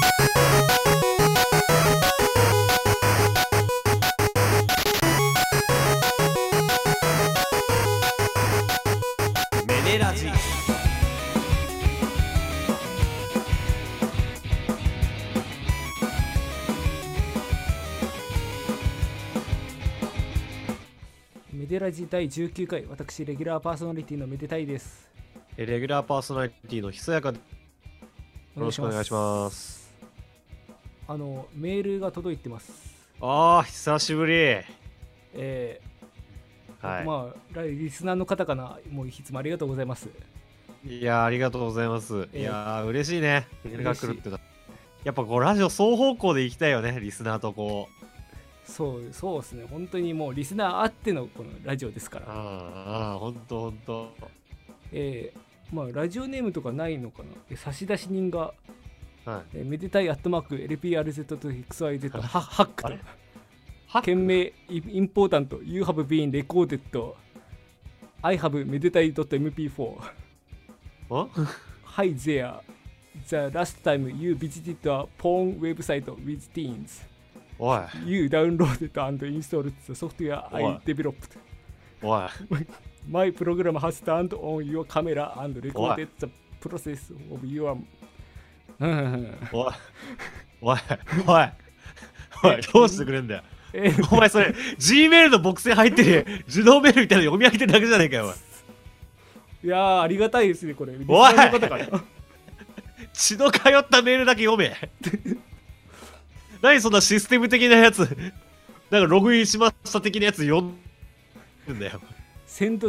メデラジ。 メデラジ第19回、私レギュラーパーソナリティのめでたいです。 レギュラーパーソナリティのひそやかでよろしくお願いします。 メールが届いてます。 久しぶり。 まあリスナーの方かな、もういつもありがとうございます。 いやありがとうございます。いや嬉しいね。メールが来るってのやっぱこうラジオ双方向で行きたいよね、リスナーとこう。 そうですね、本当にもうリスナーあってのこのラジオですから。 ほんとまあラジオネームとかないのかな。差出人が、めでたい@LPRZ-XYZ ハックと件名インポータント You have been recorded I have めでたい .mp4 Hi there, the last time you visited a porn website with teens You downloaded and installed the software I developed My program has turned on your camera and recorded the process of your おいどうしてくれんだよ。お前それ Gmail のボックスに入ってる自動メールみたいなの読み上げてるだけじゃねえかよ。 いやーありがたいですねこれ。 おい血の通ったメールだけ読め。何そんなシステム的なやつ、なんかログインしました的なやつ読んでんだよ。 Send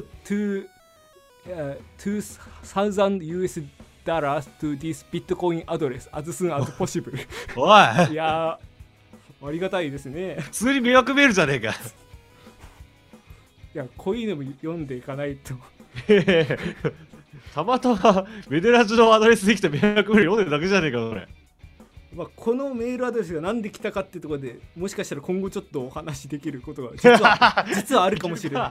to、$2,000 US to this Bitcoin address as soon as possible おいいやーありがたいですね。 普通に迷惑メールじゃねえか。 いやこういうのも読んでいかないとたまたまメデラジのアドレスできた迷惑メール読んでるだけじゃねえかそれ。 まあ、このメールアドレスが何で来たかっていうところでもしかしたら今後ちょっとお話できることが実はあるかもしれない。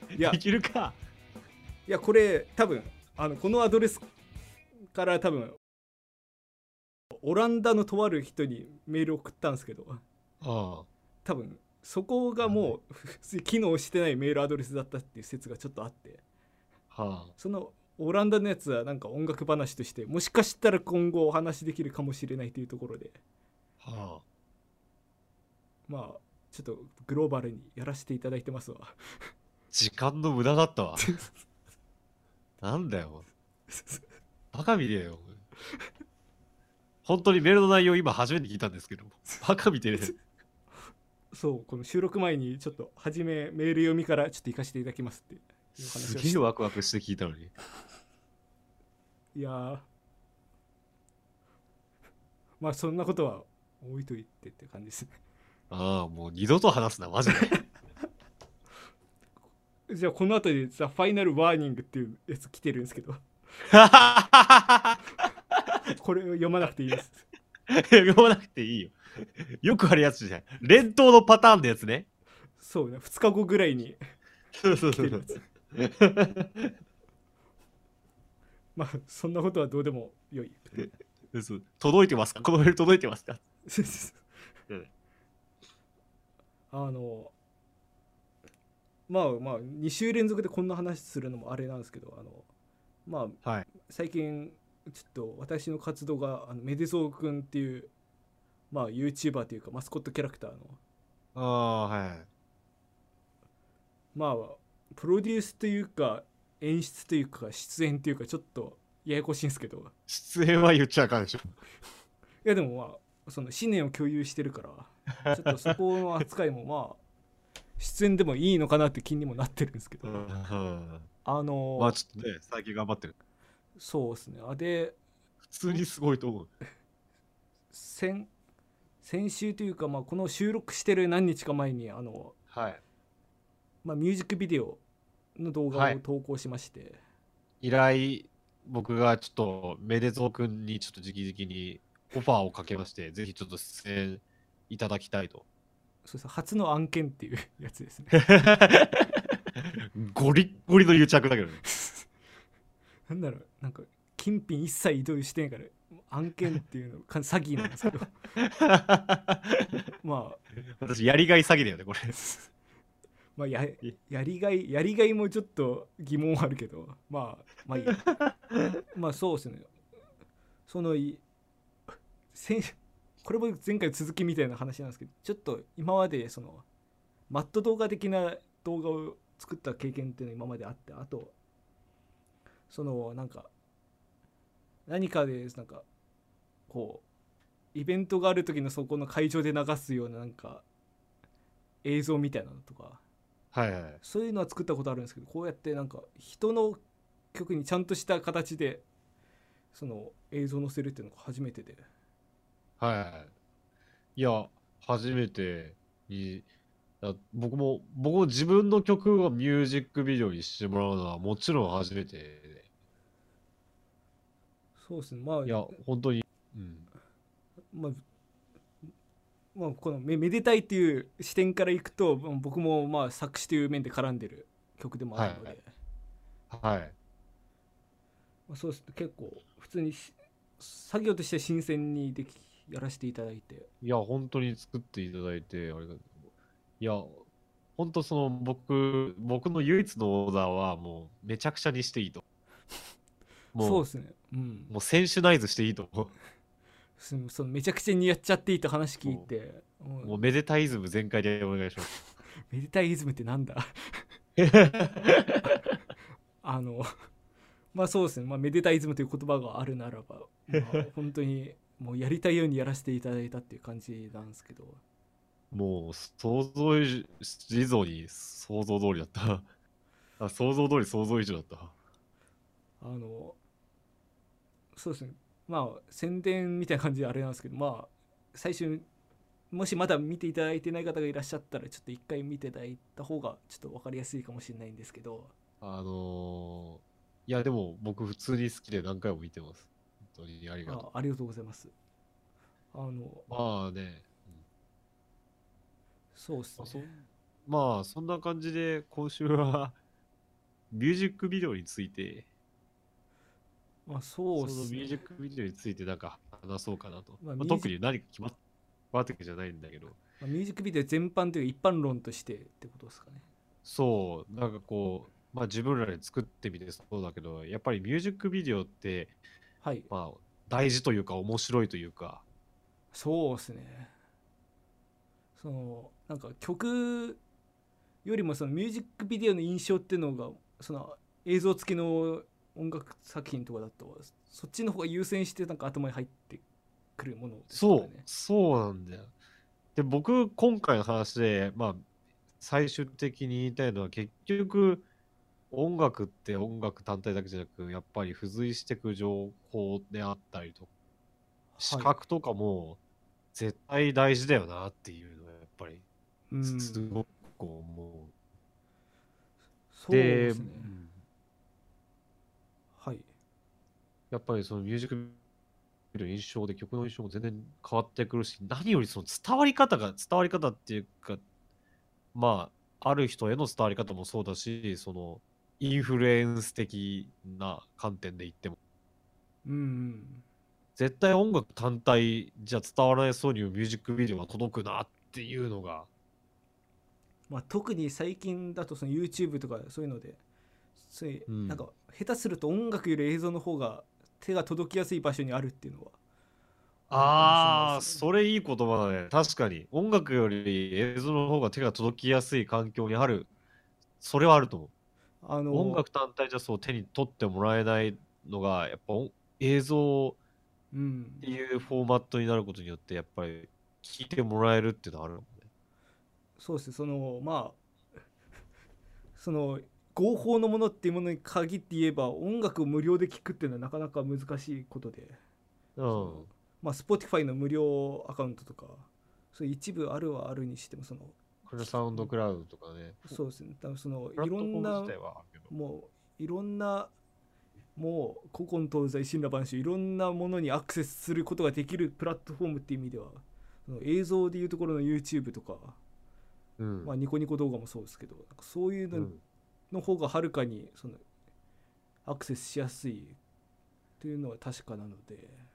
いやできるか。 いやこれ多分このアドレスから多分オランダのとある人にメール送ったんですけど、多分そこがもう機能してないメールアドレスだったっていう説がちょっとあって、そのオランダのやつはなんか音楽話としてもしかしたら今後お話できるかもしれないというところで、まあちょっとグローバルにやらせていただいてますわ。 時間の無駄だったわ。なんだよバカみてえよ。本当にメールの内容今初めて聞いたんですけどバカみてえ。 そうこの収録前にちょっと初めメール読みからちょっと行かせていただきますっていう話をして、 すげえワクワクして聞いたのに。 いやまあそんなことは置いといてって感じですね。 もう二度と話すなマジで。 じゃあこの後でザ・ファイナル・ワーニングっていうやつ来てるんですけどこれを読まなくていいです。 読まなくていいよ。よくあるやつじゃん。連投のパターンのやつね。 そうね、2日後ぐらいにそうまあそんなことはどうでもよい。 届いてますか、このメール届いてますか。 まあ2週連続でこんな話するのもあれなんですけど、最近ちょっと私の活動がメデゾーくんっていうYouTuber というかマスコットキャラクターのプロデュースというか演出というか出演というかちょっとややこしいんですけど、 出演は言っちゃあかんでしょ。 いやでもその思念を共有してるからちょっとそこの扱いも出演でもいいのかなって気にもなってるんですけど、ちょっとね最近頑張ってる。 そうですね。で普通にすごいと思う。 先週というかこの収録してる何日か前にミュージックビデオの動画を投稿しまして、 依頼僕がちょっとメデゾー君にちょっと直々にオファーをかけまして、ぜひちょっと出演いただきたいと。 そうそう、初の案件っていうやつですね。 ゴリッゴリの癒着だけどね。 なんだろう、なんか金品一切移動してんから案件っていうの詐欺なんですけどまあ私やりがい詐欺だよねこれ。 まあやりがいもちょっと疑問はあるけど、まあいいや。まあそうですね。そのいせんこれも前回続きみたいな話なんですけど、ちょっと今までそのマット動画的な動画を作った経験っていうのが今まであって、あとそのなんか何かでなんかこうイベントがある時のそこの会場で流すようななんか映像みたいなのとか、 はいはい。 そういうのは作ったことあるんですけど、こうやってなんか人の曲にちゃんとした形でその映像を載せるっていうのが初めてで。 はいはい。いや、初めてに、僕も自分の曲をミュージックビデオにしてもらうのはもちろん初めてで。 そうですね。まあいや、本当に、うん。 まあこのめでたいっていう視点からいくと、僕もまあ作詞という面で絡んでる曲でもあはい。 るので、 はい。 そうですね。結構普通に作業として新鮮にやらせていただいて。 いや、本当に作っていただいて、ありがとう。いや、本当その僕の唯一のオーダーはもうめちゃくちゃにしていいと。もそうですね。うん。 もう選手ナイズしていいと。 そのめちゃくちゃにやっちゃっていいと話聞いもて、 もうめでたイズム全開でお願いします。 メディタイズムってなんだあのまあそうですね。まあメディタイズムという言葉があるならば、まあ本当にもうやりたいようにやらせていただいたっていう感じなんですけど、 もう想像以上に想像通りだった。あ、想像通り想像以上だった。 あのそうですね。まあ宣伝みたいな感じであれなんですけど、まあ最初もしまだ見ていただいてない方がいらっしゃったらちょっと一回見ていただいた方がちょっと分かりやすいかもしれないんですけど、 いやでも僕普通に好きで何回も見てます。本当にありがとう。 ありがとうございます。あのまあね、 そうですね。 まあそんな感じで今週はミュージックビデオについて、 まあそうでそのすね。 ミュージックビデオについてなんか話そうかなと。 まあ、 特に何か決まったわけじゃないんだけど、 ミュージックビデオ全般というか一般論としてってことですかね。 そう、なんかこう、まあ自分らで作ってみてそうだけど、やっぱりミュージックビデオって、 はい。 まあ大事というか面白いというか、 そうですね。そのなんか曲よりもそのミュージックビデオの印象っていうのがその映像付きの音楽作品とかだとそっちの方が優先してなんか頭に入ってくるものですからね。 そうなんだよ。で、僕、今回の話で、まあ、最終的に言いたいのは、結局、音楽って音楽単体だけじゃなく、やっぱり付随してく情報であったりとか、視はい。 覚とかも絶対大事だよなっていうのは、やっぱり、 うん。 すごく思う。で、 そうですね。はい。 やっぱりそのミュージックビデオの印象で曲の印象も全然変わってくるし、何よりその伝わり方っていうか、まあ、ある人への伝わり方もそうだし、その、インフルエンス的な観点で言っても、 うん。 絶対音楽単体じゃ伝わらないそうにミュージックビデオが届くなっていうのが、 まあ特に最近だとその YouTube とかそういうので、そういううん。 なんか下手すると音楽より映像の方が手が届きやすい場所にあるっていうのはあるかもしれないでああ、 すね。 それいい言葉だね。確かに。音楽より映像の方が手が届きやすい環境にある。それはあると思う。 あの音楽単体じゃそう手に取ってもらえないのが、やっぱ映像うん。 っていうフォーマットになることによって、やっぱり聞いてもらえるっていうのはあるもんね。 そうですね。そのまあその合法のものっていうものに限って言えば音楽を無料で聴くっていうのはなかなか難しいことで、そのうん。 まあ Spotify の無料アカウントとかそういう一部あるはあるにしてもそのこれサウンドクラウドとかね。 そうですね。多分そのプラットフォーム自体はあるけど。 もいろんなもう古今東西神羅万象いろんなものにアクセスすることができるプラットフォームっていう意味ではその映像でいうところの YouTube とか、 うん。 まあ、ニコニコ動画もそうですけどなんかそういうのうん。 の方がはるかにそのアクセスしやすいというのは確かなので、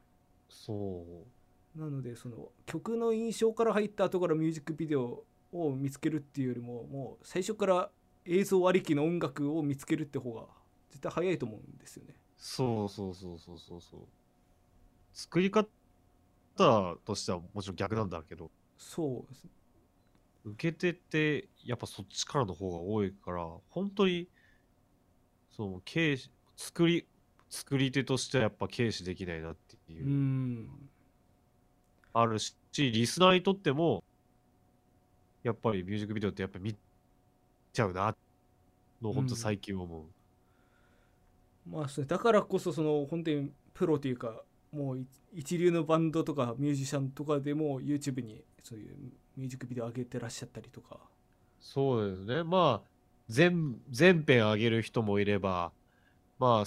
そなのでその曲の印象から入った後からミュージックビデオを見つけるっていうよりも、もう最初から映像ありきの音楽を見つけるって方が絶対早いと思うんですよね。 そうそうそうそうそうそう。作り方としてはもちろん逆なんだけど、 そうですね。 受け手ってやっぱそっちからの方が多いから、本当にその作り手としてはやっぱ軽視できないなっていうう、あるし、リスナーにとってもやっぱりミュージックビデオってやっぱ見ちゃうなの本当最近思う。 まあそれだからこそその本当にプロというかもう一流のバンドとかミュージシャンとかでも YouTube にそういうミュージックビデオ上げてらっしゃったりとか。 そうですね。まあ全編上げる人もいれば、まあ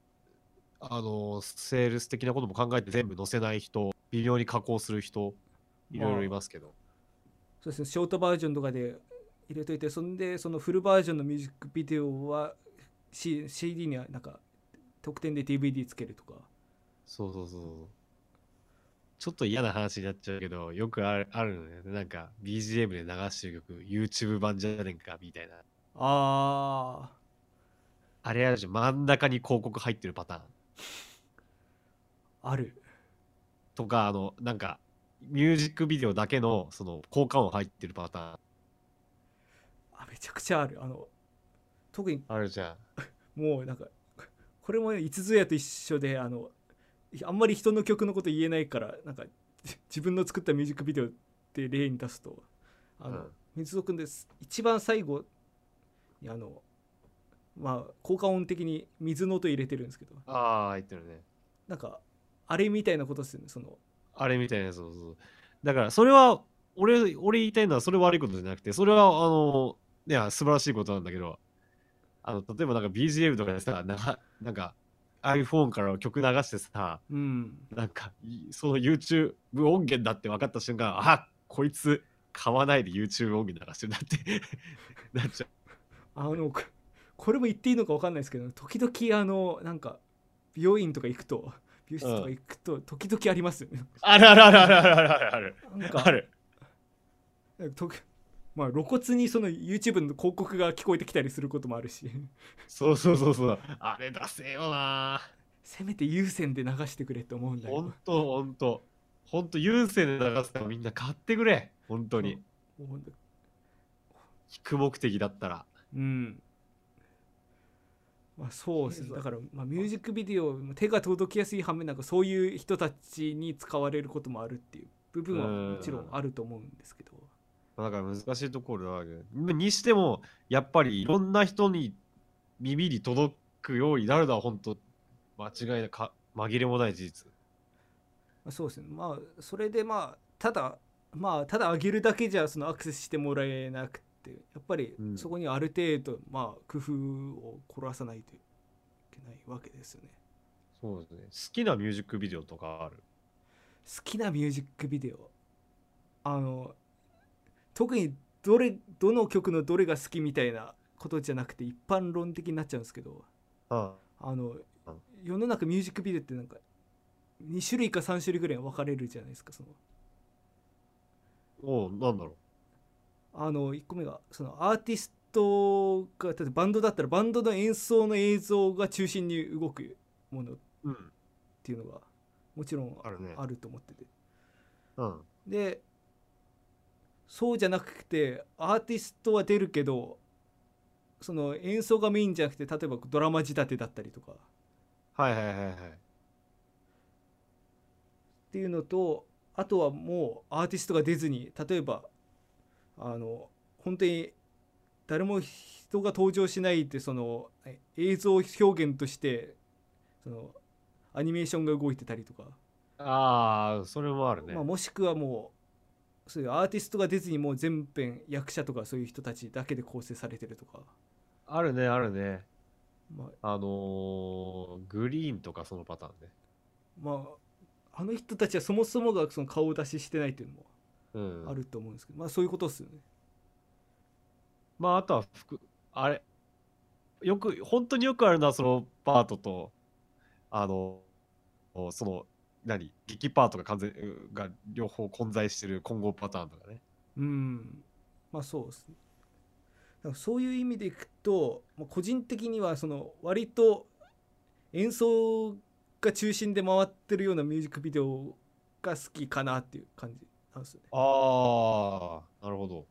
セールス的なことも考えて全部載せない人、微妙に加工する人、いろいろいまあますけど。 そうですね、ショートバージョンとかで入れといて、そんでそのフルバージョンのミュージックビデオは、CD にはなんか特典で DVD つけるとか。 そうそうそう。ちょっと嫌な話になっちゃうけど、よくあるのね。なんか BGM で流してる曲、YouTube 版じゃねんか、みたいな。 ああれあるじゃん。真ん中に広告入ってるパターン。 ある。 とか、なんか、ミュージックビデオだけの、その、効果音入ってるパターン。 めちゃくちゃある。特にあるじゃん。 もうなんかこれもいつぞやと一緒で、あんまり人の曲のこと言えないから、なんか自分の作ったミュージックビデオって例に出すと、水戸くんです。一番最後にまあ効果音的に水の音入れてるんですけど、 ああ、入ってるね。 なんかあれみたいなことですよね。 あれみたいな、そうそう。だから、それは、俺言いたいのは、それ悪いことじゃなくて、それは、いや、素晴らしいことなんだけど、例えばなんか BGM とかでさ、なんか iPhone から曲流してさ、なんか、その YouTube 音源だって分かった瞬間、あ、こいつ買わないで YouTube 音源流してるんだってなっちゃう。 これも言っていいのか分かんないですけど、時々なんか美容院とか行くと、美容室とか行くと時々ありますよね。 あるあるあるあるあるあるある。 なんかある。 まあ露骨にその YouTube の広告が聞こえてきたりすることもあるし、 そうそうそうそう。あれ出せよな。 せめて有線で流してくれって思うんだけど。 ほんとほんと。ほんと有線で流すからみんな買ってくれ。本当に。 もう聞く目的だったら。 まあ、そうですね。だから、まあ、ミュージックビデオ手が届きやすい反面、なんかそういう人たちに使われることもあるっていう部分はもちろんあると思うんですけど。 だから難しいところはある。にしても、やっぱりいろんな人に耳に届くようになるのは本当間違いなか紛れもない事実。 まあ、そうですね。まあそれでただ上げるだけじゃそのアクセスしてもらえなくて、やっぱりそこにある程度、まあ工夫を凝らさないといけないわけですよね。 そうですね。好きなミュージックビデオとかある？ 好きなミュージックビデオ、特にどの曲のどれが好きみたいなことじゃなくて一般論的になっちゃうんですけど、 ああのあ、 世の中ミュージックビデオってなんか2種類か3種類ぐらい分かれるじゃないですか。 なんだろ 1個目がそのアーティストが、例えばバンドだったらバンドの演奏の映像が中心に動くものっう。うん。 ていうのがもちろんあるね。 あると思ってて、 うん。 でそうじゃなくてアーティストは出るけどその演奏がメインじゃなくて、例えばドラマ仕立てだったりとかっはいはいはいはい。 ていうのと、あとはもうアーティストが出ずに、例えば本当に誰も人が登場しないでその映像表現としてそのアニメーションが動いてたりとか、 ああ、それもあるね。 まあ、もしくはもうそういうアーティストが出ずにもう全編役者とかそういう人たちだけで構成されてるとか、 あるね、あるね。 まグリーンとかそのパターンね。 あの人たちはそもそもがその顔出ししてないっていうのもうん。 あると思うんですけど、まあそういうことですよね。 まあ、あとはあれ、本当によくあるのはそのパートと、あの、その、 劇パートが完全が両方混在してる混合パターンとかね。 まあそうですね。だからそういう意味でいくと、個人的にはその割と演奏が中心で回ってるようなミュージックビデオが好きかなっていう感じなんですよね。 ああ、なるほど。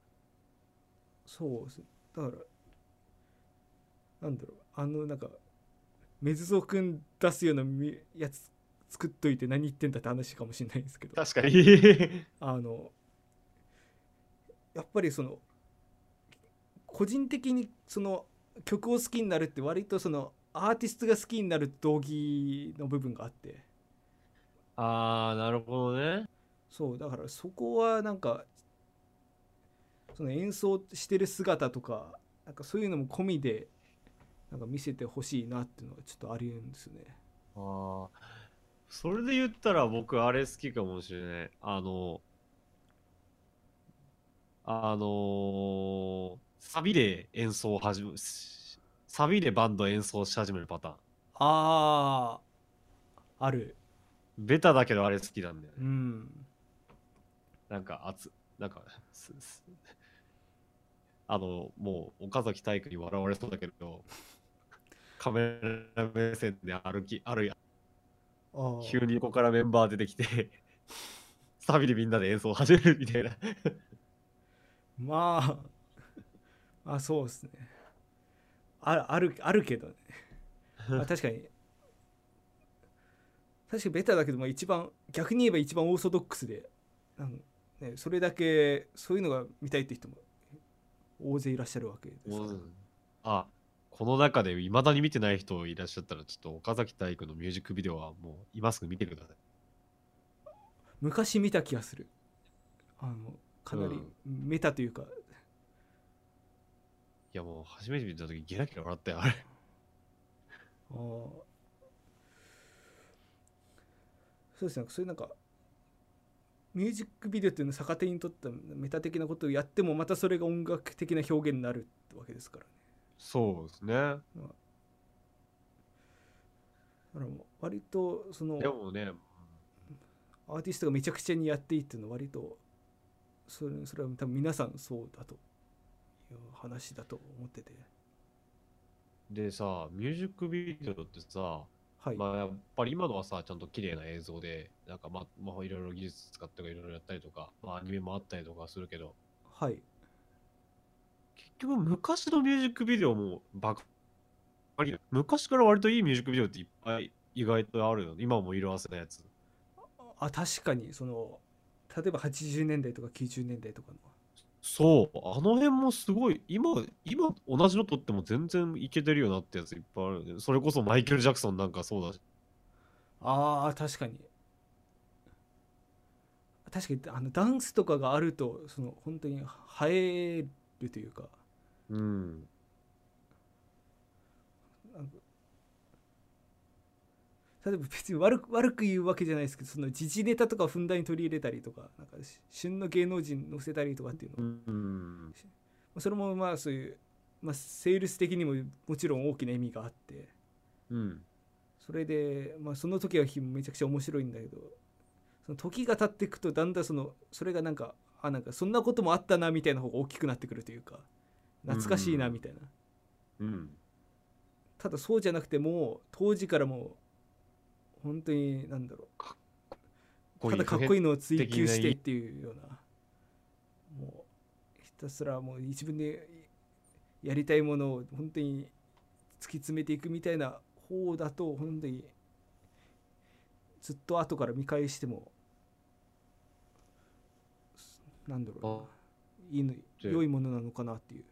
そうですね。だからなんだろう、なんかメズゾくん出すようなやつ作っといて何言ってんだって話かもしれないんですけど、 確かに。 あのやっぱりその個人的にその曲を好きになるって割とそのアーティストが好きになる動機の部分があって、 ああ、なるほどね。 そうだからそこはなんかその演奏してる姿とかなんかそういうのも込みでなんか見せてほしいなっていうのはちょっとあるんですよね。 ああ、それで言ったら僕あれ好きかもしれない。サビで演奏を始め、サビでバンド演奏し始めるパターン。 あある。 ベタだけどあれ好きなんだよね。 うん。 なんかなんかもう岡崎体育に笑われそうだけど、カメラ目線で歩い急に横からメンバー出てきてサビでみんなで演奏を始めるみたいな。 まそうですね。あるけどね。確かにベタだけど、一番逆に言えば一番オーソドックスで、それだけそういうのが見たいって人も大勢いらっしゃるわけですから。 あ、この中で未だに見てない人いらっしゃったら、ちょっと岡崎体育のミュージックビデオはもう今すぐ見てください。 昔見た気がする。かなりメタというか、 いやもう初めて見た時ゲラゲラ笑ったよ、あれ。 そうですね、そういうなんかミュージックビデオっていうのを逆手にとったメタ的なことをやってもまたそれが音楽的な表現になるわけですからね。 そうですね。 だから割とそのでもね、 アーティストがめちゃくちゃにやっていいっていうのは割とそれは多分皆さんそうだという話だと思ってて。 でさ、ミュージックビデオってさ、 はい。 まあやっぱり今のはさ、ちゃんと綺麗な映像で、なんかいろいろ技術使ってとかいろいろやったりとか、アニメもあったりとかするけど、 はい。 結局昔のミュージックビデオも昔から割といいミュージックビデオっていっぱい意外とあるよね。今も色あせなやつ。 確かにその例えば80年代とか90年代とかの。 そう、あの辺もすごい、今同じの撮っても全然いけてるよなってやついっぱいあるよね。それこそマイケル・ジャクソンなんかそうだし。 確かにダンスとかがあるとその本当に映えるというか、 うん。 例えば別に悪く言うわけじゃないですけど、その時事ネタとかをふんだんに取り入れたりとか、なんか旬の芸能人載せたりとかっていうの、 うん。 それもそういう、セールス的にももちろん大きな意味があって、 うん。 それで、その時はめちゃくちゃ面白いんだけど、その時が経っていくとだんだんそれがなんかそんなこともあったなみたいな方が大きくなってくるというか、懐かしいなみたいな。 うん。 ただそうじゃなくても当時からも本当にただかっこいいのを追求してっていうような、もうひたすらもう自分でやりたいものを本当に突き詰めていくみたいな方だと、本当にずっと後から見返しても良いものなのかなっていう。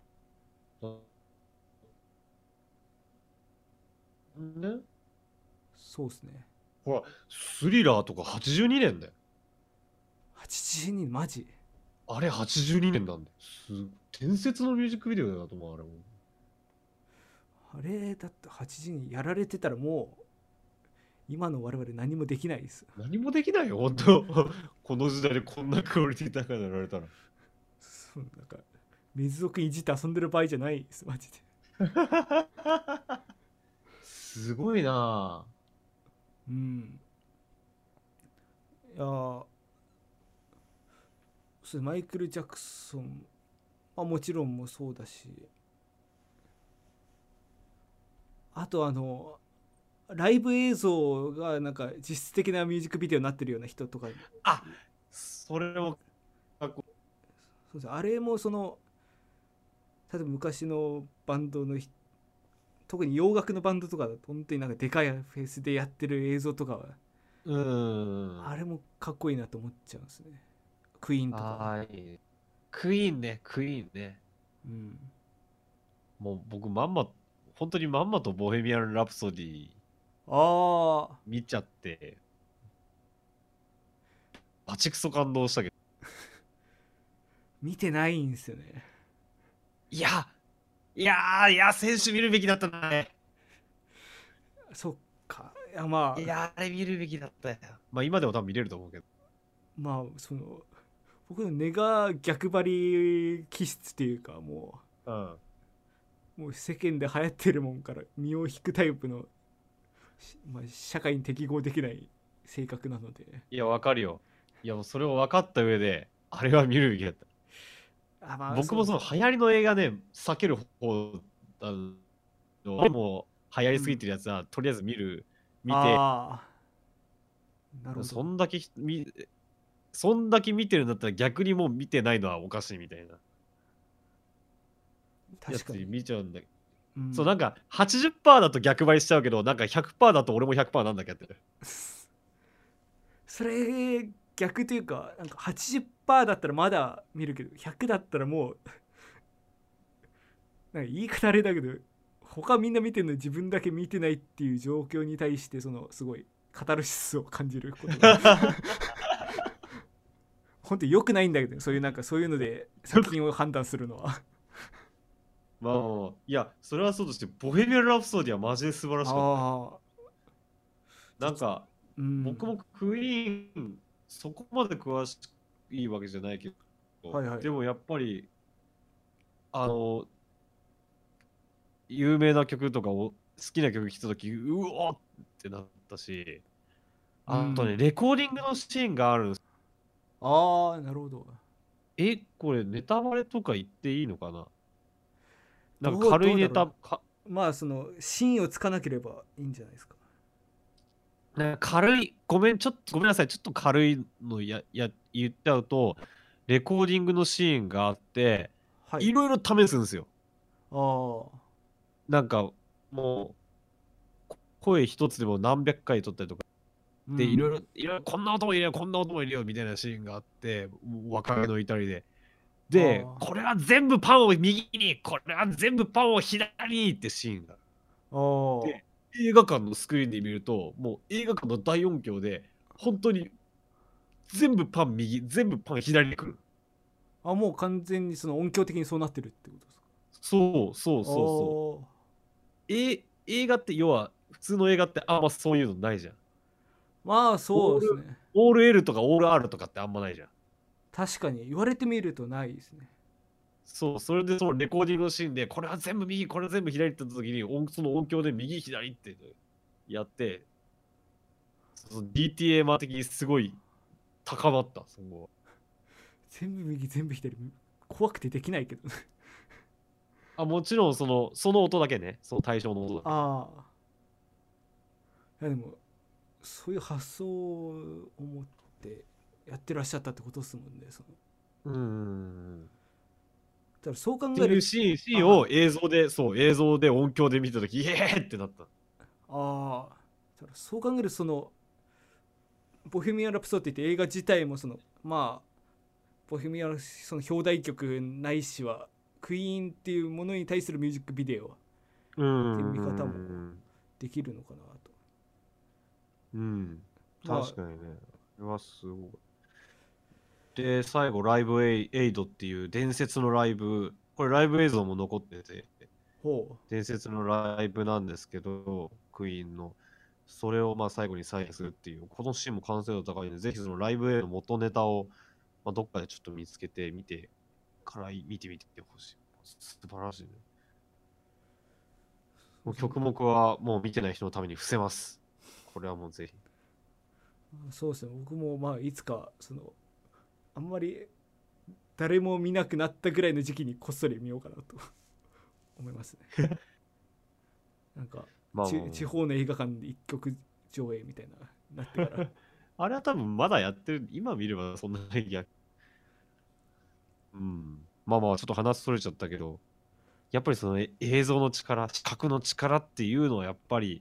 ね、 そうですね。 ほら、スリラーとか82年だよ。 82マジ。 あれ82年なんだよ。伝説のミュージックビデオだと思う、あれも。 あれだって80人やられてたらもう今の我々何もできないです。 何もできないよ、本当この時代でこんなクオリティ高いのやられたら。 なんか水族いじって遊んでる場合じゃないです、マジで。 すごいなうん。 やーそうマイケル・ジャクソン、まあ、もちろんもそうだし、あとライブ映像がなんか実質的なミュージックビデオになってるような人とか、 あ、それもかっこそうです。あれも例えば昔のバンドの特に洋楽のバンドとかだと本当になんかでかいフェスでやってる映像とかはいい。 あれもかっこいいなと思っちゃうんですね。クイーンとかは。 ああ、いいね。クイーンね、クイーンね。 うん。 もう僕本当にまんまとボヘミアン・ラプソディああ、 見ちゃって、バチクソ感動したけど。 見てないんですよね。 いや、いや、選手見るべきだったね。 そっか。いやまあ、 いや、あれ見るべきだったよ。まあ今でも多分見れると思うけど。 まあ僕の根が逆張り気質っていうかうん。 もう世間で流行ってるもんから身を引くタイプの、まあ、社会に適合できない性格なので。 いや、わかるよ。いや、もうそれを分かった上で、あれは見るべきだった。 あ、まあそうです。 僕もその流行りの映画ね、避ける方、あもう流行りすぎうん。 てるやつは、とりあえず見て、 ああ、なるほど。 そんだけ見てるんだったら逆にもう見てないのはおかしいみたいなやつに確かに。 見ちゃうんだけど。そう、 うん。 なんか80%だと逆張りしちゃうけど、なんか100%だと俺も100%なんだっけって。 それ逆というか、なんか80%だったらまだ見るけど100だったらもう、なんか言い方あれだけど、他みんな見てるのに自分だけ見てないっていう状況に対してすごいカタルシスを感じることが本当に良くないんだけど、そういうので作品を判断するのはまあ、いや、それはそうとして、ボヘミアン・ラプソディはマジで素晴らしかったよ。 ああ、じゃなんか、 うん。 僕もクイーン、そこまで詳しいわけじゃないけど、 はいはい。 でもやっぱり、あの、有名な曲とかを、好きな曲聴いたとき、うおーってなったし、あとね、 うん。 レコーディングのシーンがあるんです。 ああ、なるほど。 これネタバレとか言っていいのかな。なんかどうだろうな。 軽いネタ、 まあ芯をつかなければいいんじゃないですか。 なんか軽い、ごめんなさい、ちょっと軽いの言っちゃうと、レコーディングのシーンがあって、 はい。 いろいろ試すんですよ。 ああ、 なんか、もう、声一つでも何百回撮ったりとか、で、 うん。 いろいろ、こんな音も入れよう、こんな音も入れよう、みたいなシーンがあって、若気の至りで。で、 あこれは全部パンを右に、これは全部パンを左にってシーンが。 あ、あで、映画館のスクリーンで見ると、もう映画館の大音響で、本当に全部パン右、全部パン左に来る。 あ。あ、もう完全に音響的にそうなってるってことですか。 そう。 ああ、 映画って要は、普通の映画ってあんまそういうのないじゃん。 まあそうですね。 オール L とかオール R とかってあんまないじゃん。 確かに言われてみるとないですね。 そう、それでそのレコーディングのシーンで、これは全部右、これは全部左って言った時に、その音響で右、左ってやって、その DTA マー的にすごい高まった、その。 全部右全部左、怖くてできないけど。 あ、もちろんその音だけね、その対象の音だけ。 ああ、いやでもそういう発想を持ってやってらっしゃったってことですもんね。 うーん。 だからそう考っていうえる。 シーンを映像で音響で見たとき、イエーってなった。 ああ、だからそう考えるボヘミアン・ラプソディって映画自体もまあボヘミアン表題曲ないしはクイーンっていうものに対するミュージックビデオっうーていう見方もん。 できるのかなと。 うん。 まあ確かにね。これはすごい。で、最後、ライブエイドっていう伝説のライブ、これライブ映像も残ってて、 ほ伝説のライブなんですけど、クイーンの。それをまあ最後に再現するっていう、このシーンも完成度高いので、ぜひそのライブエイドの元ネタを、まあ、どっかでちょっと見つけて、見てみてほしい。素晴らしいね。もうう。 曲目はもう見てない人のために伏せます。これはもうぜひ。 そうですね、僕もまあいつかあんまり誰も見なくなったぐらいの時期にこっそり見ようかなと思いますね。なんかまあまあ地方の映画館で一曲上映みたいななってから。 あれは多分まだやってる。今見ればそんなにうん。まあまあ、ちょっと話それちゃったけど、やっぱりその映像の力、視覚の力っていうのはやっぱり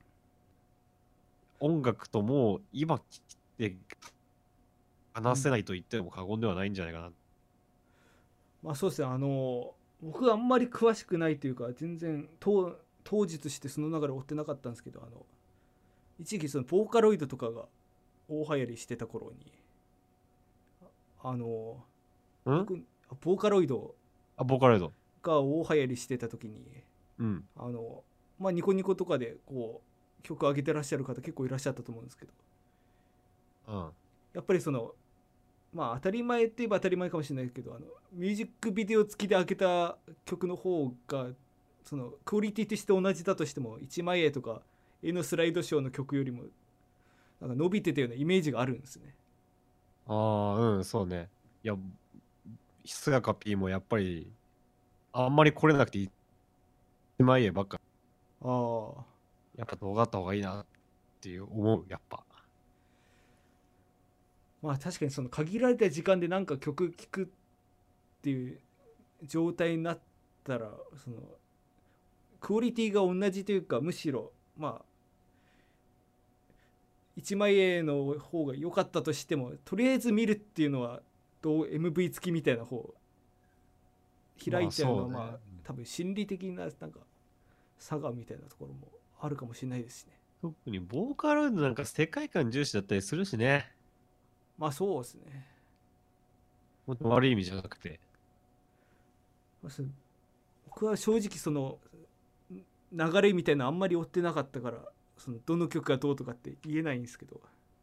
音楽ともう今聞いて話せないと言っても過言ではないんじゃないかな。 まあそうですね、僕はあんまり詳しくないというか、全然当日してその流れ追ってなかったんですけど、一時期そのボーカロイドとかが大流行りしてた頃に、あのん僕ボーカロイドあ、ボーカロイド。 が大流行りしてた時に、 うん。 まあニコニコとかでこう曲上げてらっしゃる方結構いらっしゃったと思うんですけど、 うん。 やっぱりまあ当たり前って言えば当たり前かもしれないけど、ミュージックビデオ付きで開けた曲の方がクオリティとして同じだとしても1枚絵とか絵のスライドショーの曲よりもなんか伸びてたようなイメージがあるんですね。 ああ、うん、そうね。いや、ひやか P もやっぱり、あんまり来れなくていいまいえばっか。 ああ、 やっぱ動画あった方がいいなっていう思う、やっぱ。 まあ確かに限られた時間でなんか曲聴くっていう状態になったらクオリティが同じというか、むしろまあ1枚絵の方が良かったとしても、とりあえず見るっていうのはMV 付きみたいな方開まあいちゃうのは、 そうね。 まあ多分心理的ななんか差がみたいなところもあるかもしれないですしね。 特にボーカロイドなんか世界観重視だったりするしね。 まあそうですね。 もっと悪い意味じゃなくて。 僕は正直流れみたいなのあんまり追ってなかったから、どの曲がどうとかって言えないんですけど、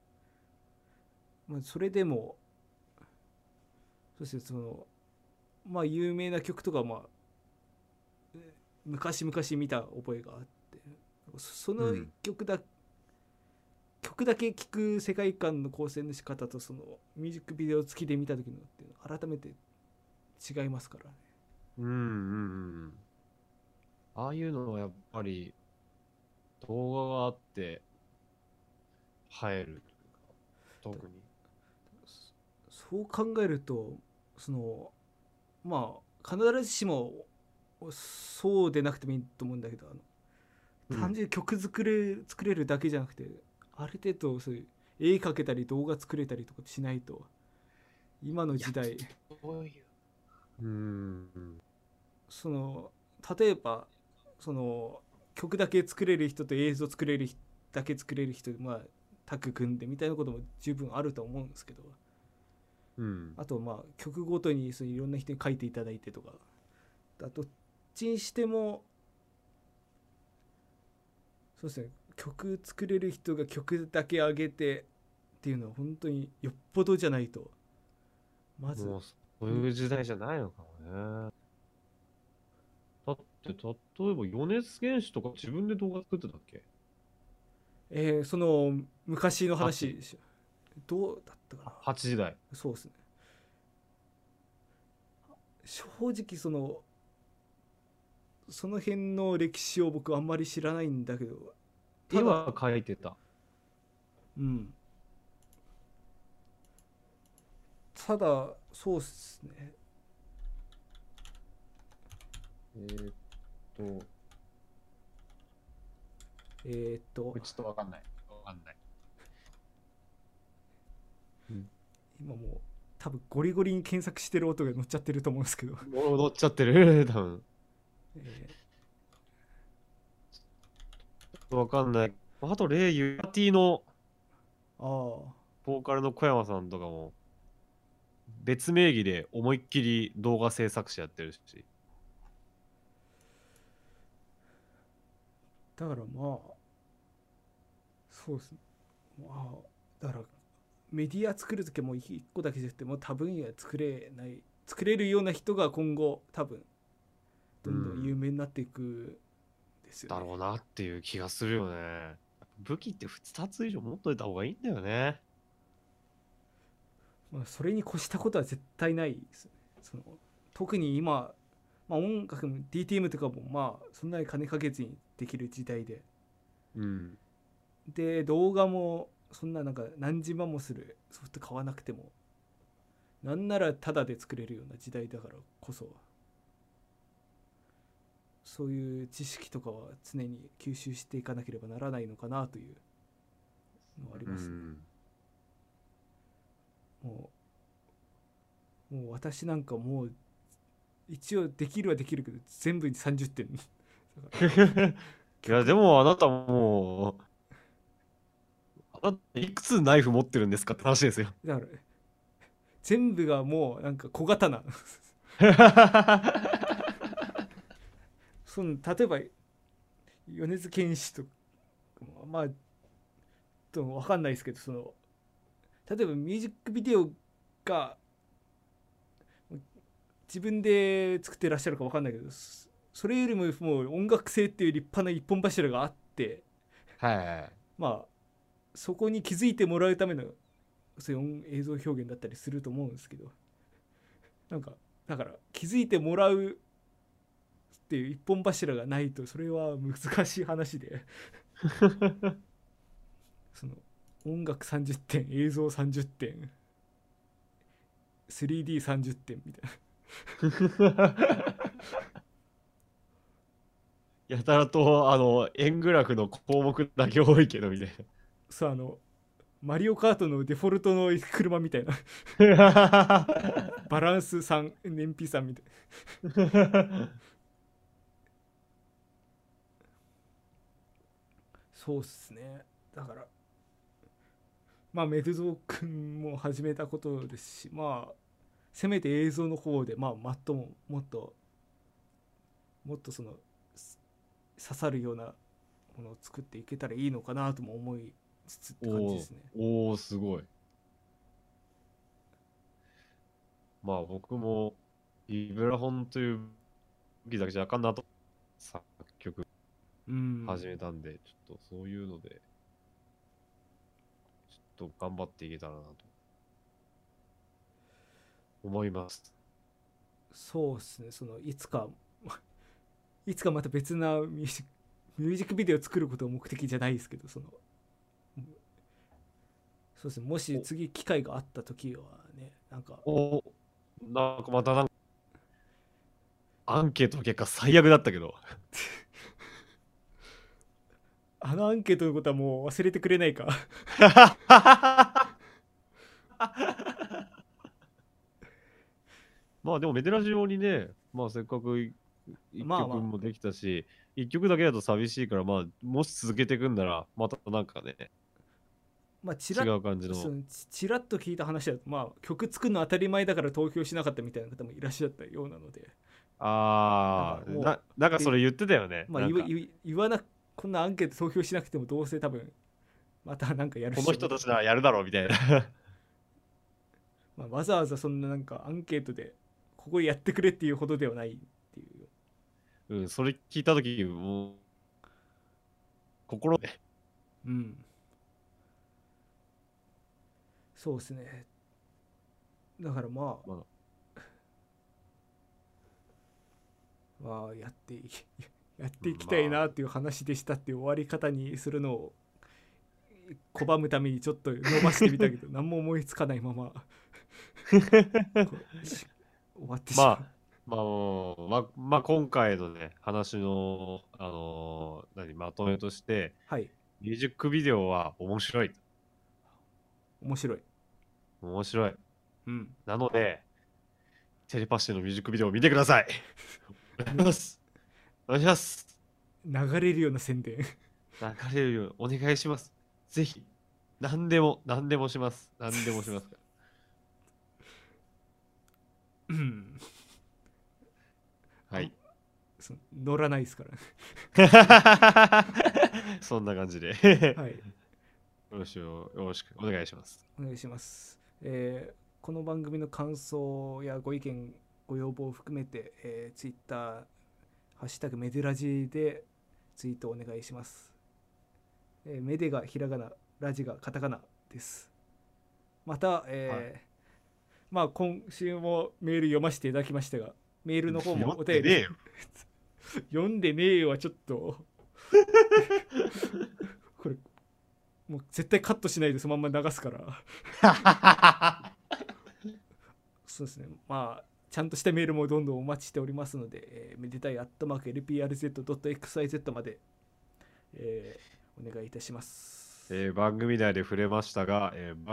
まあ、それでもそしてまあ有名な曲とか、まあ昔々見た覚えがあって、そのうん。 曲だけ聴く世界観の構成の仕方とミュージックビデオ付きで見た時のっていうの改めて違いますからね。 うんうんうん。ああいうのはやっぱり動画があって映えるというか、特に。 そう考えるとまあ必ずしもそうでなくてもいいと思うんだけど、 うん。 単純に曲作れるだけじゃなくて、ある程度そういう絵描けたり動画作れたりとかしないと今のいや、 時代そういう。うん。 その例えば曲だけ作れる人と映像作れる人だけ作れる人、まあタッグ組んでみたいなことも十分あると思うんですけど、 うん。 あとまあ曲ごとにいろんな人に書いていただいてとか、どっちにしてもそうですね、曲作れる人が曲だけ上げてっていうのは本当によっぽどじゃないとまず。 もうそういう時代じゃないのかもね。だって、例えば米津玄師とか自分で動画作ってたっけ？ 昔の 8。 話でしょ。どうだったかな。 8時代。 そうですね、正直その辺の歴史を僕あんまり知らないんだけど、ただ絵は描いてた。 うん、ただそうですね。 えーっと、 えーっとこれちょっとわかんない。わかんない。うん。 今もう多分ゴリゴリに検索してる音が乗っちゃってると思うんですけど、 踊っちゃってる。多分。 えわかんない。あと、ユーティのああボーカルの小山さんとかも、別名義で思いっきり動画制作者やってるし。 だからまあそうですね、まあだからメディア作る時も一個だけじゃなくてもう多分野作れるような人が今後多分うどんどん有ん。 名になっていくんですよね。 だろうなっていう気がするよね。 武器って2つ以上持っといた方がいいんだよね。 まあ、それに越したことは絶対ないです。特に今、まあ、音楽も DTM とかもまあそんなに金かけずにできる時代で、 うん。 で動画もそんななんか何十万もするソフト買わなくてもなんならタダで作れるような時代だからこそ、そういう知識とかは常に吸収していかなければならないのかなというのはありますね。ももう私なんかもう一応できるはできるけど全部に30点だからいや、でもあなたもう、あなたいくつナイフ持ってるんですかって話ですよ。 だから全部がもうなんか小刀例えば米津玄師とまあ分かんないですけど、例えばミュージックビデオが自分で作ってらっしゃるか分かんないけど、それよりももう音楽性っていう立派な一本柱があって、 はい。 まあそこに気づいてもらうためのそういう映像表現だったりすると思うんですけど、なんかだから気づいてもらうっていう一本柱がないとそれは難しい話でその音楽30点映像30点 3D30 点みたいなやたらと、円グラフの項目だけ多いけど、みたいさあマリオカートのデフォルトの車みたいなな。 バランス3燃費3みたいな。そうっすね。だからまあメドゾー君も始めたことですし、まあせめて映像の方でまあマットももっと刺さるようなものを作っていけたらいいのかなとも思いつつって感じですね。 おー、すごい。まあ僕も、ビブラフォンという武器だけじゃあかんなと、作曲うん。 始めたんで、ちょっとそういうので、ちょっと頑張っていけたらなと思います。 そうですね。いつかまた別なミュージックビデオを作ることが目的じゃないですけど、そうですね。もし次機会があった時はね、なんかお、なんかまたアンケートの結果最悪だったけど。 あのアンケートのことはもう忘れてくれないかまあでもメデラジオにね、まあせっかく一まあまあ曲もできたし、一曲だけだと寂しいから、まあもし続けていくんなら、またなんかね、 まあ違う感じの。 ちらっと聞いた話だと、まあ曲作るの当たり前だから投票しなかったみたいな方もいらっしゃったようなので、なんかもなんかうでそれ言ってたよね。 まあなんか、 言わなこんなアンケート投票しなくてもどうせ多分またなんかやるこしみたいな、 の人たちならやるだろうみたいな。 まあ、わざわざそんななんかアンケートでここやってくれっていうほどではないっていう。 うん、それ聞いたとき、もう、心で。 うん、そうですね。だからまあ、 まあやっていきたいまあ、 なっていう話でしたっていう終わり方にするのを拒むためにちょっと伸ばしてみたけど何も思いつかないまま終わってしまう。 まあ、今回のね、話の、まとめとして、 はい、 ミュージックビデオは面白い。 面白い。 面白い。 うん。 なので、テレパシーのミュージックビデオを見てください。お願いします。お願いします。 流れるような宣伝流れるようにお願いします。ぜひ、何でもします。何でもしますから。 うん。 はい。 乗らないですからねそんな感じではい、 よろしくお願いします。 お願いします。この番組の感想やご意見ご要望を含めて、ツイッターハッシュタグメデラジでツイートお願いします。 メデがひらがな、ラジがカタカナです。また、 はい。 まあ今週もメール読ませていただきましたが、メールの方も読んお便りでねえよ。 読んでねえよはちょっとこれもう絶対カットしないでそのまんま流すからそうですね。まあちゃんとしたメールもどんどんお待ちしておりますので、めでたい@lprz.xyz まで、お願いいたします。 番組内で触れましたが、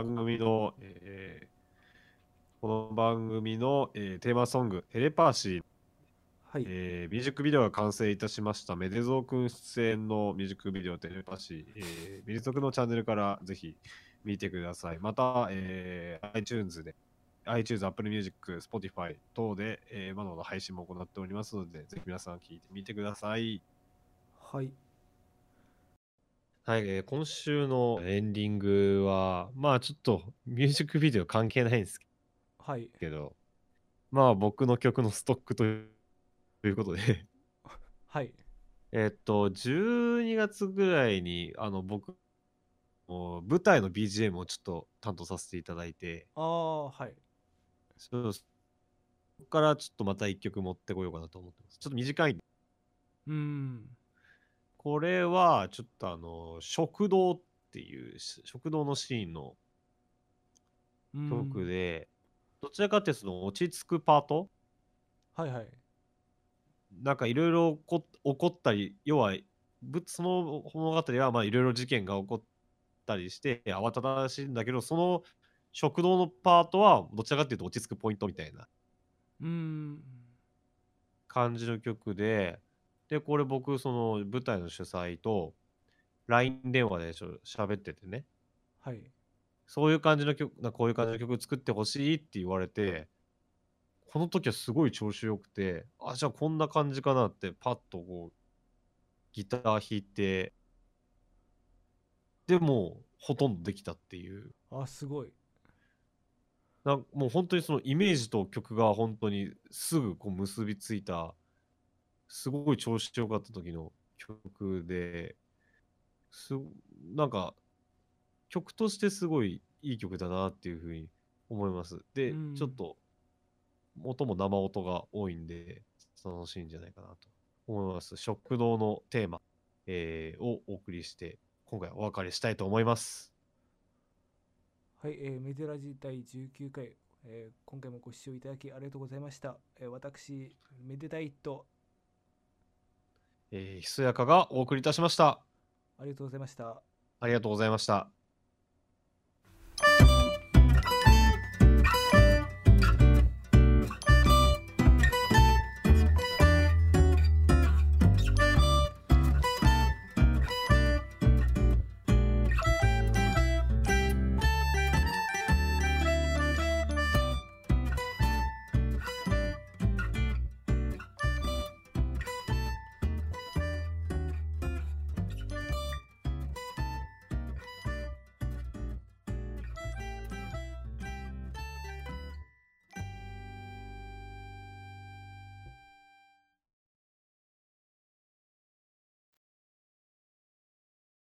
この番組の、テーマソング、テレパーシー、 はい。 ミュージックビデオが完成いたしました。メデゾー君出演のミュージックビデオテレパシー、ミリゾクのチャンネルからぜひ見てください。また、iTunes で、iTunes、Apple Music、Spotify 等で、まだまだ配信も行っておりますので、ぜひ皆さん聞いてみてください。 はい。 はい、今週のエンディングは、まあちょっとミュージックビデオ関係ないんですはい。 けど、まあ僕の曲のストックということではい。 12月ぐらいに、僕、舞台の BGM をちょっと担当させていただいて、 ああ、はい。 そこからちょっとまた一曲持ってこようかなと思ってます。ちょっと短いんで。 うーん。 これは、ちょっと食堂っていう、食堂のシーンのうーん。 曲で、どちらかっていうとその落ち着くパートはいはい。 なんかいろいろ起こったり、要は、その物語はまあいろいろ事件が起こったりして慌ただしいんだけど、その食堂のパートはどちらかっていうと落ち着くポイントみたいなうーん。 感じの曲で、で、これ僕その舞台の主催と LINE 電話で喋っててね、 はい。 そういう感じの曲、こういう感じの曲作ってほしいって言われて、この時はすごい調子良くて、あ、じゃあこんな感じかなってパッとこうギター弾いて、でもうほとんどできたっていう。 あ、すごい。 もう本当にそのイメージと曲が本当にすぐこう結びついた、すごい調子良かった時の曲で、すなんか曲としてすごいいい曲だなっていう風に思います。で、ちょっうん。 と音も生音が多いんで、楽しいんじゃないかなと思います。食堂のテーマ、をお送りして、今回はお別れしたいと思います。 はい、メデラジ第19回、今回もご視聴いただきありがとうございました。私、メデダイト、 ひそやかがお送りいたしました。 ありがとうございました。 ありがとうございました。